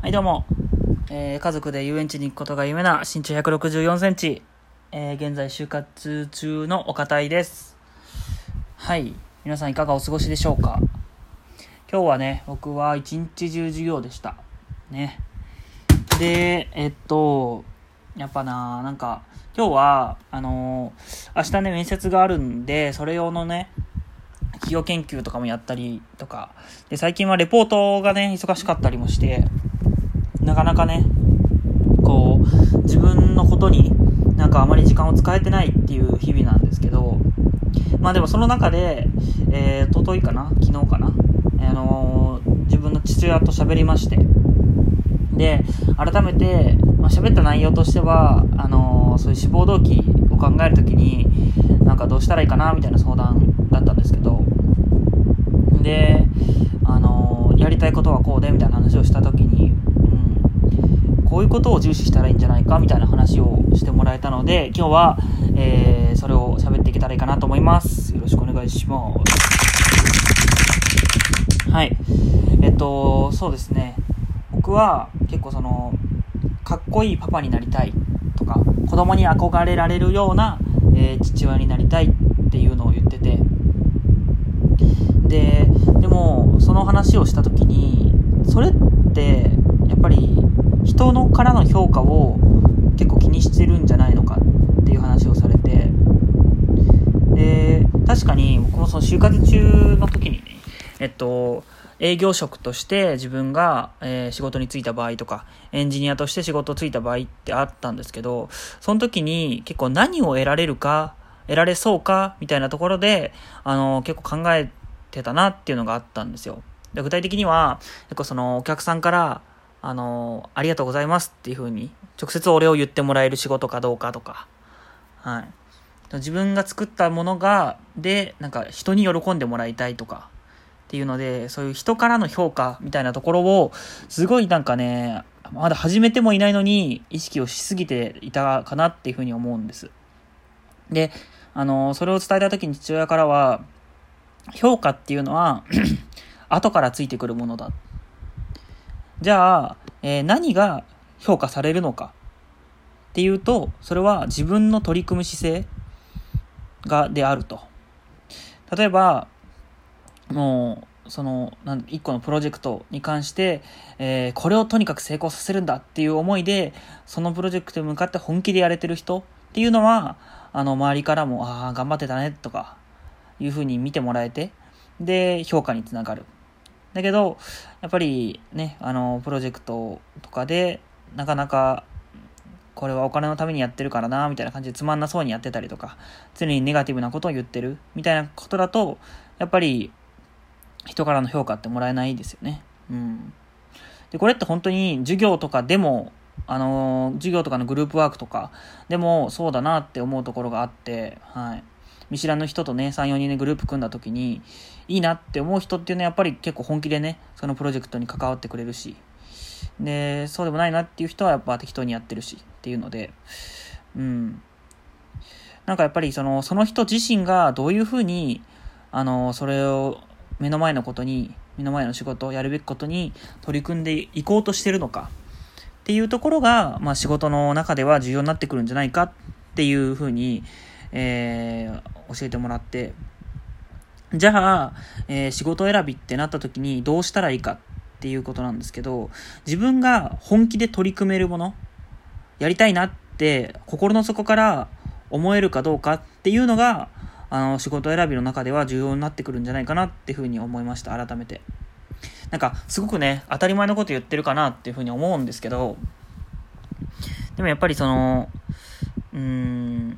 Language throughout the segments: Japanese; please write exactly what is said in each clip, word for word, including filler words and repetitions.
はいどうも、えー、家族で遊園地に行くことが夢な身長ひゃくろくじゅうよんセンチ、えー、現在就活中のお堅いです。はい、皆さんいかがお過ごしでしょうか。今日はね、僕は一日中授業でしたね。でえっとやっぱななんか今日はあのー、明日ね面接があるんで、それ用のね企業研究とかもやったりとかで、最近はレポートがね忙しかったりもして、なかなかねこう自分のことになんかあまり時間を使えてないっていう日々なんですけど、まあでもその中でえー一昨日かな昨日かな、あのー、自分の父親と喋りまして、で改めて、まあ、喋った内容としてはあのー、そういう志望動機を考えるときになんかどうしたらいいかなみたいな相談だったんですけど、であのー、やりたいことはこうでみたいな話をしたときに、うん、こういうことを重視したらいいんじゃないかみたいな話をしてもらえたので、今日は、えー、それを喋っていけたらいいかなと思います。よろしくお願いします。はい、えっとそうですね、僕は結構そのかっこいいパパになりたいとか、子供に憧れられるような、えー、父親になりたいっていうのを言ってて、ででもその話をした時に、それってやっぱり人のからの評価を結構気にしてるんじゃないのかっていう話をされて、で確かに僕もその就活中の時にね、えっと営業職として自分が、えー、仕事に就いた場合とか、エンジニアとして仕事に就いた場合ってあったんですけど、その時に結構何を得られるか得られそうかみたいなところであの結構考えてたなっていうのがあったんですよ。で具体的には結構そのお客さんからあのありがとうございますっていう風に直接お礼を言ってもらえる仕事かどうかとか、はい、自分が作ったものがでなんか人に喜んでもらいたいとかっていうので、そういう人からの評価みたいなところをすごいなんかね、まだ始めてもいないのに意識をしすぎていたかなっていうふうに思うんです。で、あのそれを伝えた時に父親からは、評価っていうのは後からついてくるものだ。じゃあ、えー、何が評価されるのかっていうと、それは自分の取り組む姿勢がであると。例えばもうそのなん一個のプロジェクトに関して、えー、これをとにかく成功させるんだっていう思いでそのプロジェクトに向かって本気でやれてる人っていうのは、あの周りからもああ頑張ってたねとかいう風に見てもらえて、で評価につながる。だけどやっぱりね、あのプロジェクトとかでなかなかこれはお金のためにやってるからなみたいな感じでつまんなそうにやってたりとか、常にネガティブなことを言ってるみたいなことだと、やっぱり人からの評価ってもらえないですよね。うん。でこれって本当に授業とかでも、あのー、授業とかのグループワークとかでもそうだなって思うところがあって、はい。見知らぬ人とね さん,よ 人でグループ組んだ時にいいなって思う人っていうのはやっぱり結構本気でねそのプロジェクトに関わってくれるし、でそうでもないなっていう人はやっぱ適当にやってるしっていうので、うんなんかやっぱりそのその人自身がどういうふうにあのそれを目の前のことに目の前の仕事やるべきことに取り組んでいこうとしてるのかっていうところが、まあ、仕事の中では重要になってくるんじゃないかっていうふうに、えー、教えてもらって、じゃあ、えー、仕事選びってなった時にどうしたらいいかっていうことなんですけど、自分が本気で取り組めるもの、やりたいなって心の底から思えるかどうかっていうのがあの仕事選びの中では重要になってくるんじゃないかなっていうふうに思いました。改めてなんかすごくね当たり前のこと言ってるかなっていうふうに思うんですけど、でもやっぱりそのうーん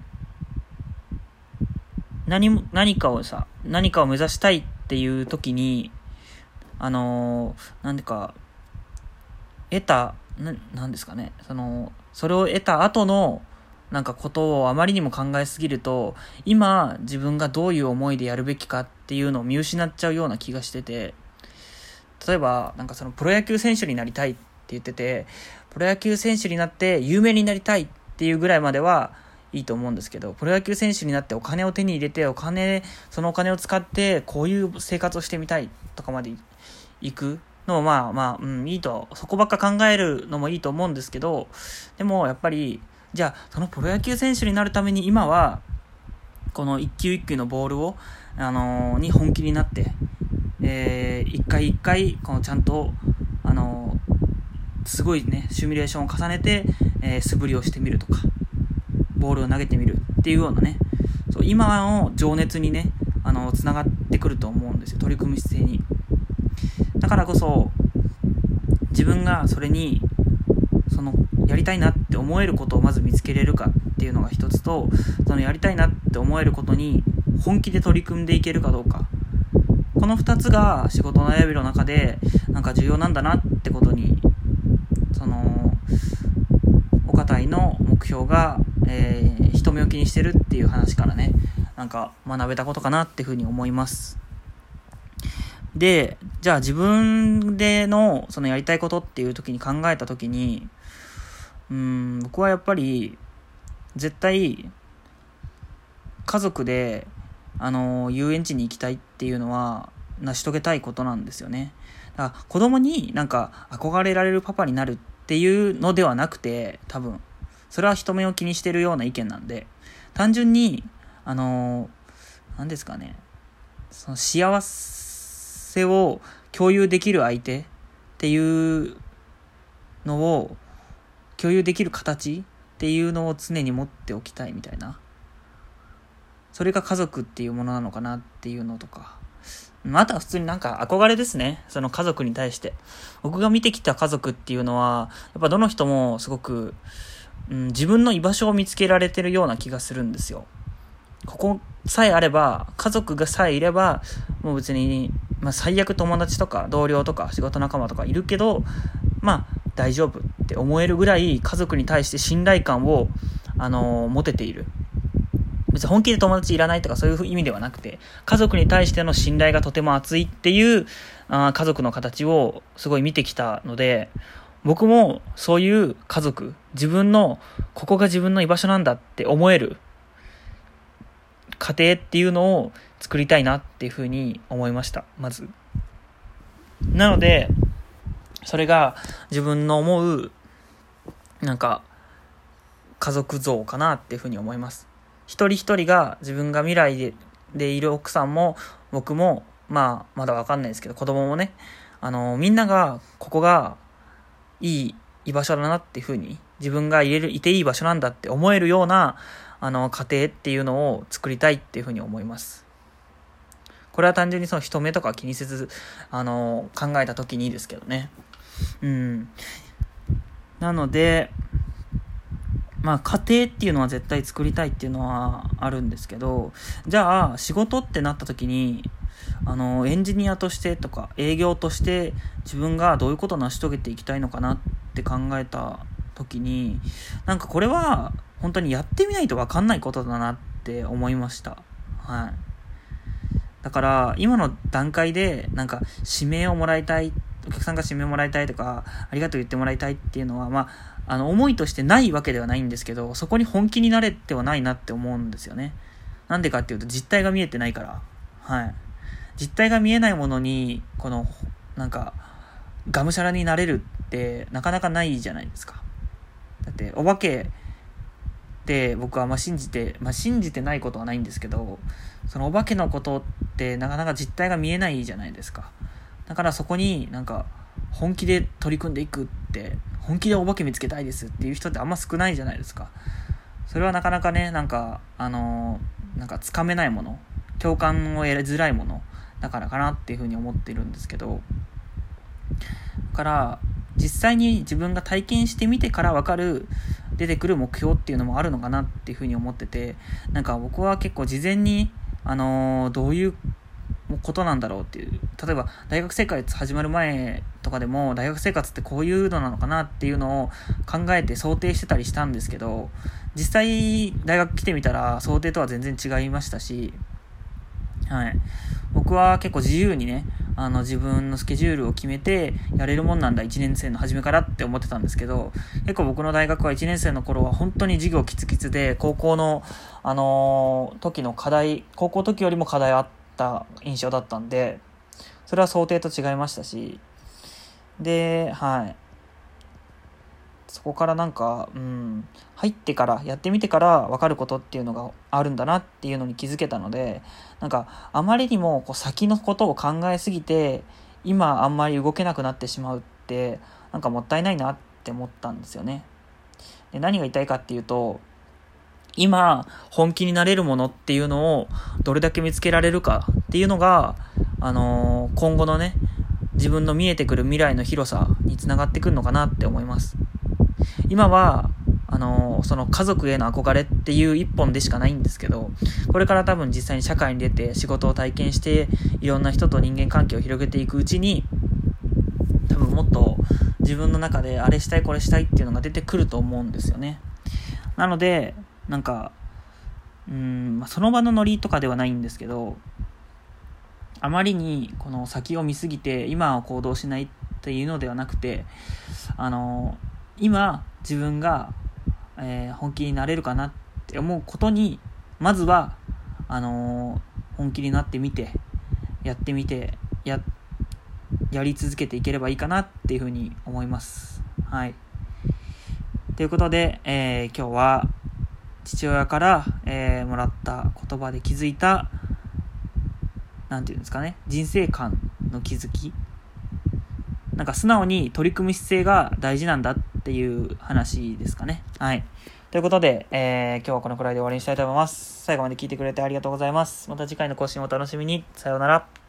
何も何かをさ何かを目指したいっていう時にあのなんでか得たななんですかねそのそれを得た後のなんかことをあまりにも考えすぎると、今自分がどういう思いでやるべきかっていうのを見失っちゃうような気がしてて、例えばなんかそのプロ野球選手になりたいって言ってて、プロ野球選手になって有名になりたいっていうぐらいまではいいと思うんですけど、プロ野球選手になってお金を手に入れてお金そのお金を使ってこういう生活をしてみたいとかまで行くのもまあまあ、うん、いいと、そこばっか考えるのもいいと思うんですけど、でもやっぱり、じゃあそのプロ野球選手になるために今は、この一球一球のボールを、あのー、に本気になって、えー、一回一回、このちゃんと、あのー、すごいね、シミュレーションを重ねて、えー、素振りをしてみるとか、ボールを投げてみるっていうようなね、そう今の情熱にね、あのつながってくると思うんですよ、取り組む姿勢に。だからこそ自分がそれにそのやりたいなって思えることをまず見つけれるかっていうのが一つと、そのやりたいなって思えることに本気で取り組んでいけるかどうか、この二つが仕事の悩みの中でなんか重要なんだなってことに、その岡隊の目標が、えー、人目を気にしてるっていう話からね、なんか学べたことかなっていうふうに思います。で、じゃあ自分でのそのやりたいことっていう時に考えた時に、うーん僕はやっぱり絶対家族であの遊園地に行きたいっていうのは成し遂げたいことなんですよね。だから子供になんか憧れられるパパになるっていうのではなくて、多分それは人目を気にしてるような意見なんで、単純にあの何ですかね、その幸せを共有できる相手っていうのを共有できる形っていうのを常に持っておきたいみたいな、それが家族っていうものなのかなっていうのとか、あとは普通になんか憧れですね。その家族に対して僕が見てきた家族っていうのはやっぱどの人もすごく、うん、自分の居場所を見つけられてるような気がするんですよ。ここさえあれば、家族がさえいればもう別に、まあ、最悪友達とか同僚とか仕事仲間とかいるけど、まあ大丈夫って思えるぐらい家族に対して信頼感を、あのー、持てている。別に本気で友達いらないとかそういう意味ではなくて、家族に対しての信頼がとても厚いっていうあ家族の形をすごい見てきたので、僕もそういう家族、自分のここが自分の居場所なんだって思える家庭っていうのを作りたいなっていうふうに思いました。まずなのでそれが自分の思うなんか家族像かなっていうふうに思います。一人一人が自分が未来で、でいる奥さんも僕も、まあまだわかんないですけど子供もね、あのみんながここがいい居場所だなっていうふうに、自分がいれるいていい場所なんだって思えるようなあの家庭っていうのを作りたいっていうふうに思います。これは単純にその人目とか気にせずあの考えた時にいいですけどね。うんなのでまあ家庭っていうのは絶対作りたいっていうのはあるんですけど、じゃあ仕事ってなった時にあのエンジニアとしてとか営業として自分がどういうことを成し遂げていきたいのかなって考えた時に、なんかこれは本当にやってみないと分かんないことだなって思いました。はい。だから今の段階でなんか指名をもらいたい、お客さんが指名をもらいたいとかありがとう言ってもらいたいっていうのは、まああの思いとしてないわけではないんですけど、そこに本気になれてはないなって思うんですよね。なんでかっていうと実態が見えてないから。はい。実態が見えないものにこのなんかがむしゃらになれるってなかなかないじゃないですか。だってお化けって僕はまあ信じてまあ信じてないことはないんですけど、そのお化けのことってなかなか実態が見えないじゃないですか。だからそこになんか本気で取り組んでいくって、本気でお化け見つけたいですっていう人ってあんま少ないじゃないですか。それはなかなかね、なんかあのー、なんかつかめないもの、共感を得づらいものだからかなっていうふうに思っているんですけど、だから実際に自分が体験してみてから分かる出てくる目標っていうのもあるのかなっていうふうに思ってて、なんか僕は結構事前にあのー、どういうことなんだろうっていう、例えば大学生活始まる前とかでも大学生活ってこういうのなのかなっていうのを考えて想定してたりしたんですけど、実際大学来てみたら想定とは全然違いましたし、はい、僕は結構自由にね、あの自分のスケジュールを決めてやれるもんなんだいちねん生の初めからって思ってたんですけど、結構僕の大学はいちねん生の頃は本当に授業キツキツで、高校のあのー、時の課題高校時よりも課題あった印象だったんで、それは想定と違いましたし、 で、はい。そこからなんか、うん、入ってからやってみてから分かることっていうのがあるんだなっていうのに気づけたので、なんかあまりにもこう先のことを考えすぎて今あんまり動けなくなってしまうってなんかもったいないなって思ったんですよね。で、何が言いたいかっていうと、今本気になれるものっていうのをどれだけ見つけられるかっていうのが、あのー、今後のね自分の見えてくる未来の広さにつながってくるのかなって思います。今はあのその家族への憧れっていう一本でしかないんですけど、これから多分実際に社会に出て仕事を体験していろんな人と人間関係を広げていくうちに、多分もっと自分の中であれしたいこれしたいっていうのが出てくると思うんですよね。なのでなんかうーん、その場のノリとかではないんですけど、あまりにこの先を見すぎて今は行動しないっていうのではなくて、あの今自分が、えー、本気になれるかなって思うことにまずはあの本気になってみてやってみてややり続けていければいいかなっていうふうに思います。はい。ということで、えー、今日は父親から、えー、もらった言葉で気づいた、なんていうんですかね、人生観の気づき、なんか素直に取り組む姿勢が大事なんだっていう話ですかね。はい。ということで、えー、今日はこのくらいで終わりにしたいと思います。最後まで聞いてくれてありがとうございます。また次回の更新をお楽しみに。さようなら。